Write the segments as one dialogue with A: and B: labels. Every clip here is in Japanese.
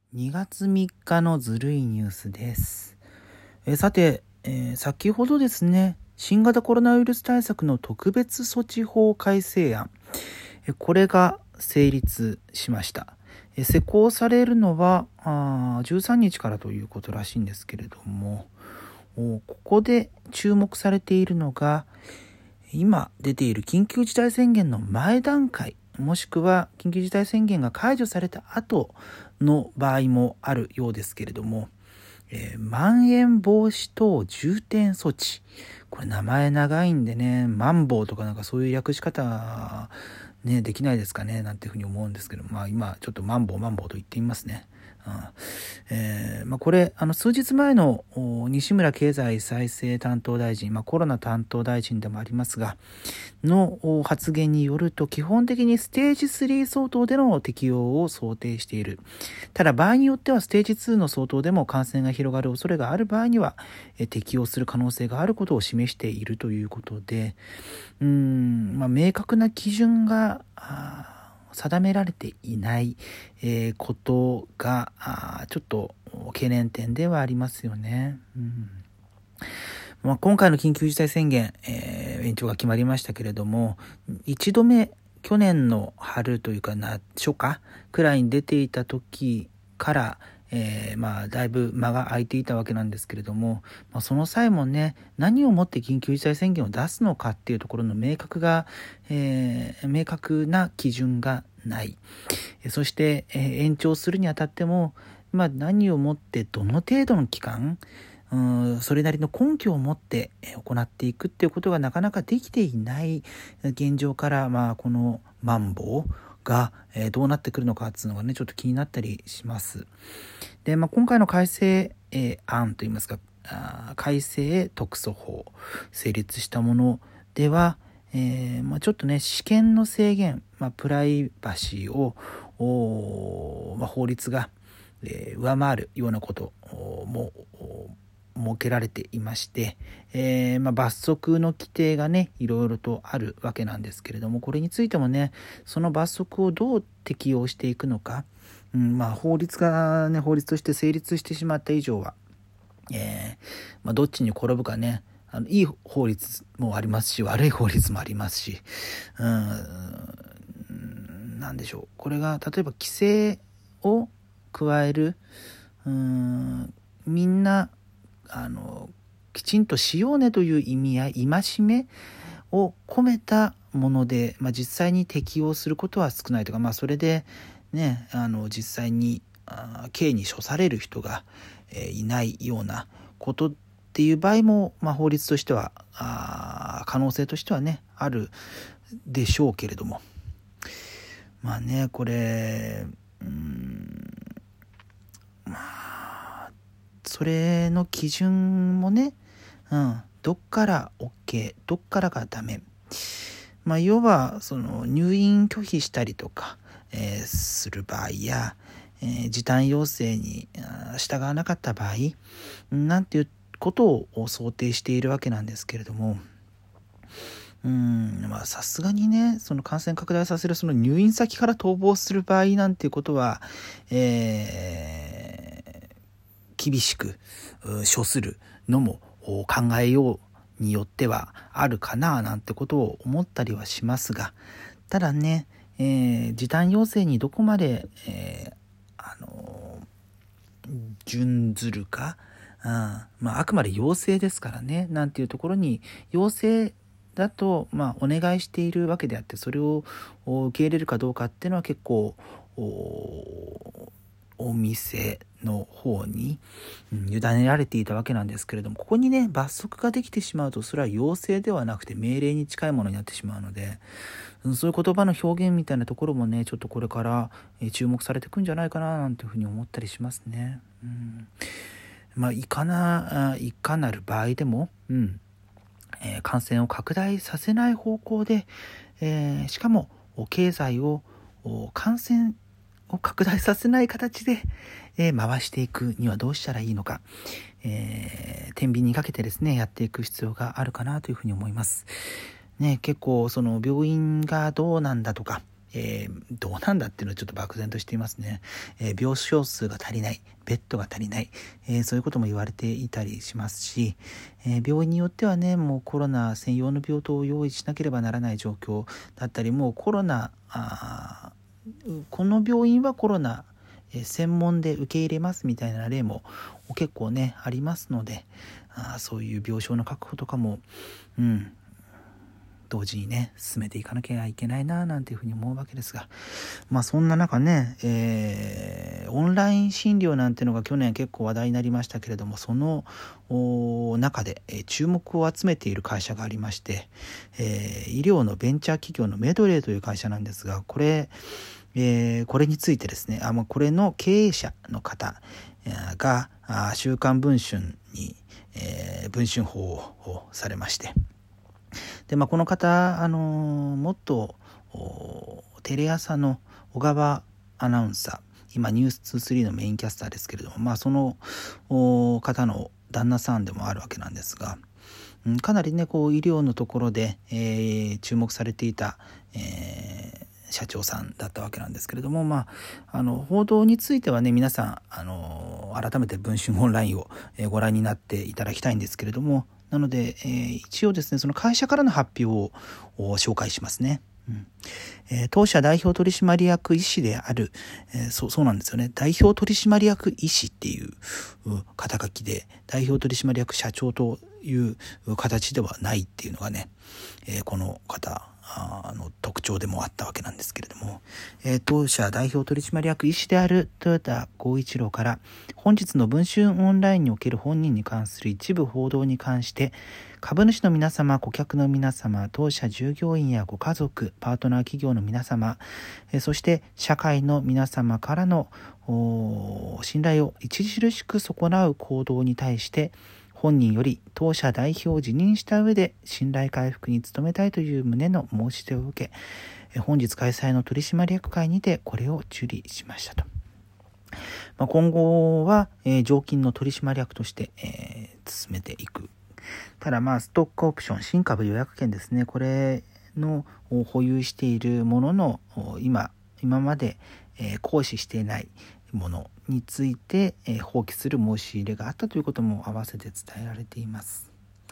A: 2月3日のずるいニュースです。さて、先ほどですね、新型コロナウイルス対策の特別措置法改正案、これが成立しました。施行されるのは13日からということらしいんですけれども、ここで注目されているのが、今出ている緊急事態宣言の前段階、もしくは緊急事態宣言が解除された後の場合もあるようですけれども、まん延防止等重点措置、これ名前長いんでね、マンボウとかなんかそういう訳し方ねできないですかねなんていうふうに思うんですけど、今ちょっとマンボウと言ってみますね。これ数日前の西村経済再生担当大臣、コロナ担当大臣でもありますがの発言によると、基本的にステージ3相当での適用を想定している。ただ場合によってはステージ2の相当でも感染が広がる恐れがある場合には適用する可能性があることを示しているということで、明確な基準が定められていないことがちょっと懸念点ではありますよね。今回の緊急事態宣言、延長が決まりましたけれども、一度目去年の春というか初夏くらいに出ていた時からだいぶ間が空いていたわけなんですけれども、その際もね、何をもって緊急事態宣言を出すのかっていうところの明確な基準がない。そして、延長するにあたっても、何をもってどの程度の期間、それなりの根拠を持って行っていくっていうことがなかなかできていない現状から、このマンボウがどうなってくるのかっていうのがね、ちょっと気になったりします。で、今回の改正案といいますか、改正特措法成立したものでは、ちょっとね、私権の制限、プライバシーを法律が上回るようなことも設けられていまして、罰則の規定がねいろいろとあるわけなんですけれども、これについてもね、その罰則をどう適用していくのか、法律がね、法律として成立してしまった以上は、どっちに転ぶかね、いい法律もありますし、悪い法律もありますし、なんでしょう、これが例えば規制を加える、みんなきちんとしようねという意味合い、戒めを込めたもので、実際に適用することは少ないとか、それでね、実際に刑に処される人がいないようなことっていう場合も、法律としては可能性としてはねあるでしょうけれども、これそれの基準もね、どっから OK、どっからがダメ、要はその入院拒否したりとか、する場合や、時短要請に従わなかった場合なんていうことを想定しているわけなんですけれども、さすがにね、その感染拡大させるその入院先から逃亡する場合なんていうことは、厳しく処するのも考えようによってはあるかななんてことを思ったりはしますが、ただね、時短要請にどこまで、準ずるか、あくまで要請ですからねなんていうところに、要請だとお願いしているわけであって、それを受け入れるかどうかっていうのは結構お店の方に委ねられていたわけなんですけれども、ここにね罰則ができてしまうと、それは要請ではなくて命令に近いものになってしまうので、そういう言葉の表現みたいなところもね、ちょっとこれから注目されていくんじゃないかななんていうふうに思ったりしますね。いかなる場合でも、感染を拡大させない方向で、しかも経済を感染を拡大させない形で、回していくにはどうしたらいいのか、天秤にかけてですねやっていく必要があるかなというふうに思いますね。結構その病院がどうなんだとか、 どうなんだっていうのはちょっと漠然としていますね。病床数が足りない、ベッドが足りない、そういうことも言われていたりしますし、病院によってはね、もうコロナ専用の病棟を用意しなければならない状況だったり、もうこの病院はコロナ専門で受け入れますみたいな例も結構ねありますので、そういう病床の確保とかも同時にね進めていかなきゃいけないななんていうふうに思うわけですが、そんな中ね、オンライン診療なんていうのが去年結構話題になりましたけれども、その中で注目を集めている会社がありまして、医療のベンチャー企業のメドレーという会社なんですが、これについてですね、これの経営者の方が週刊文春に、文春報をされまして、で、この方元テレ朝の小川アナウンサー、今ニュース23のメインキャスターですけれども、その方の旦那さんでもあるわけなんですが、かなりね医療のところで、注目されていた、社長さんだったわけなんですけれども、報道についてはね皆さん改めて文春オンラインをご覧になっていただきたいんですけれども、なので、一応ですねその会社からの発表を紹介しますね。当社代表取締役医師である、そうなんですよね、代表取締役医師っていう肩書きで代表取締役社長という形ではないっていうのがね、この方の特徴でもあったわけなんですけれども、当社代表取締役医師である豊田剛一郎から本日の文春オンラインにおける本人に関する一部報道に関して、株主の皆様、顧客の皆様、当社従業員やご家族、パートナー企業の皆様、そして社会の皆様からの信頼を著しく損なう行動に対して本人より当社代表を辞任した上で信頼回復に努めたいという旨の申し出を受け、本日開催の取締役会にてこれを受理しましたと。今後は、常勤の取締役として、進めていく。ただストックオプション、新株予約権ですね、これの保有しているものの今まで、行使していないものについて、放棄する申し入れがあったということも合わせて伝えられています。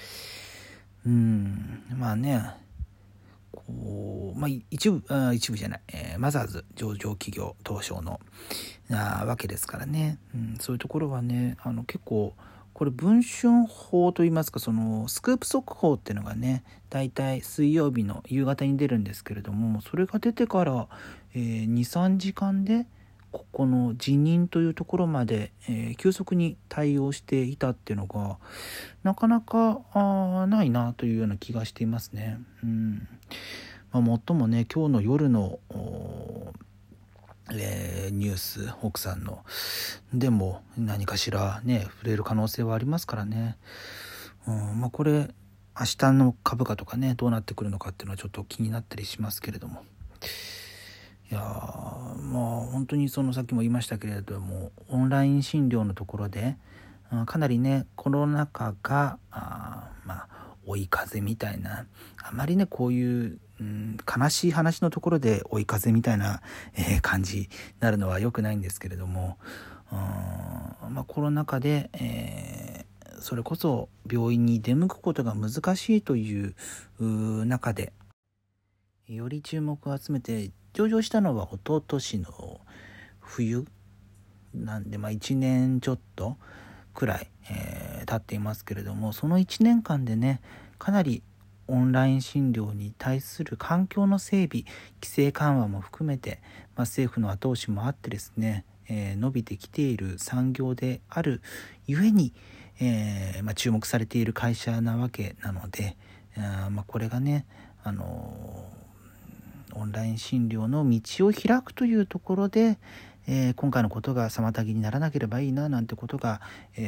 A: 一部じゃない、マザーズ上場企業東証のわけですからね、そういうところはね結構これ文春報といいますか、そのスクープ速報っていうのがねだいたい水曜日の夕方に出るんですけれども、それが出てから、2,3 時間でここの辞任というところまで、急速に対応していたっていうのがなかなかないなというような気がしていますね。もっともね今日の夜のニュース奥さんのでも何かしらね触れる可能性はありますからね。これ明日の株価とかねどうなってくるのかっていうのはちょっと気になったりしますけれども、いや本当にさっきも言いましたけれども、オンライン診療のところでかなりねコロナ禍が追い風みたいな、あまりねこういう悲しい話のところで追い風みたいな、感じになるのは良くないんですけれども、コロナ禍で、それこそ病院に出向くことが難しいという中でより注目を集めて上場したのは一昨年の冬なんで、1年ちょっとくらい、経っていますけれども、その1年間でねかなりオンライン診療に対する環境の整備、規制緩和も含めて、政府の後押しもあってですね、伸びてきている産業であるゆえに、注目されている会社なわけなので、これがねオンライン診療の道を開くというところで、今回のことが妨げにならなければいいななんてことが、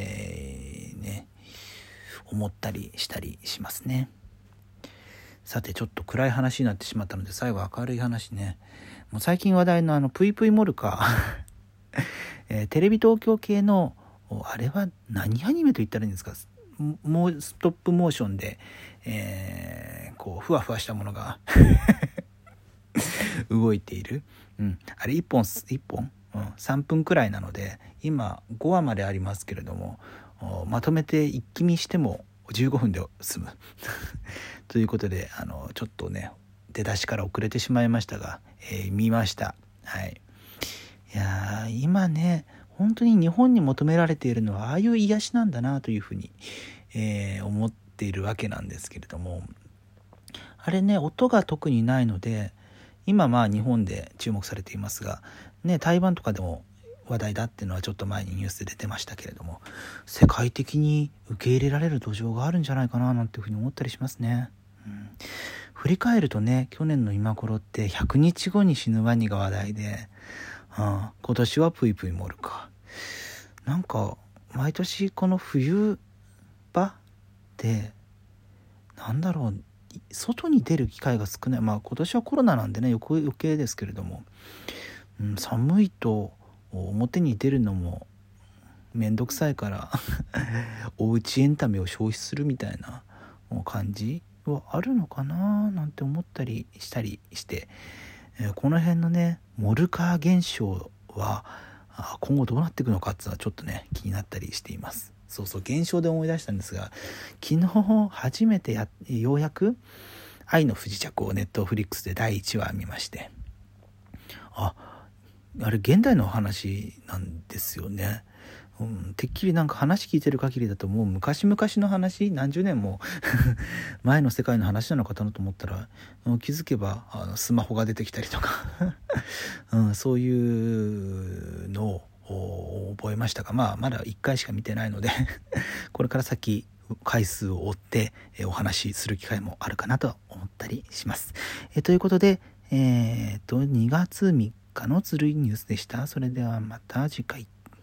A: 思ったりしたりしますね。さてちょっと暗い話になってしまったので最後明るい話ね。もう最近話題のぷいぷいモルカテレビ東京系のあれは何アニメと言ったらいいんですか、もうストップモーションで、ふわふわしたものが動いている。あれ1本、3分くらいなので、今5話までありますけれども、まとめて一気見しても15分で済むということで、ちょっとね出だしから遅れてしまいましたが、見ました。はい。いや今ね本当に日本に求められているのはああいう癒しなんだなというふうに、思っているわけなんですけれども、あれね音が特にないので、今日本で注目されていますがね、台湾とかでも話題だっていうのはちょっと前にニュースで出てましたけれども、世界的に受け入れられる土壌があるんじゃないかななんていうふうに思ったりしますね。振り返るとね、去年の今頃って100日後に死ぬワニが話題で、今年はプイプイモルか。なんか毎年この冬場ってなんだろう、外に出る機会が少ない。今年はコロナなんでね余計ですけれども、寒いと表に出るのもめんどくさいからおうちエンタメを消費するみたいな感じはあるのかななんて思ったりしたりして、この辺のねモルカー現象は今後どうなっていくのかっていうのはちょっとね気になったりしています。現象で思い出したんですが、昨日初めてようやく愛の不時着をネットフリックスで第1話見まして、あれ現代の話なんですよね。てっきりなんか話聞いてる限りだともう昔々の話、何十年も前の世界の話なのかなと思ったら、気づけばスマホが出てきたりとか、そういうのを覚えましたが、まだ1回しか見てないのでこれから先回数を追ってお話しする機会もあるかなと思ったりします。ということで、2月3日のずるいニュースでした。それではまた次回。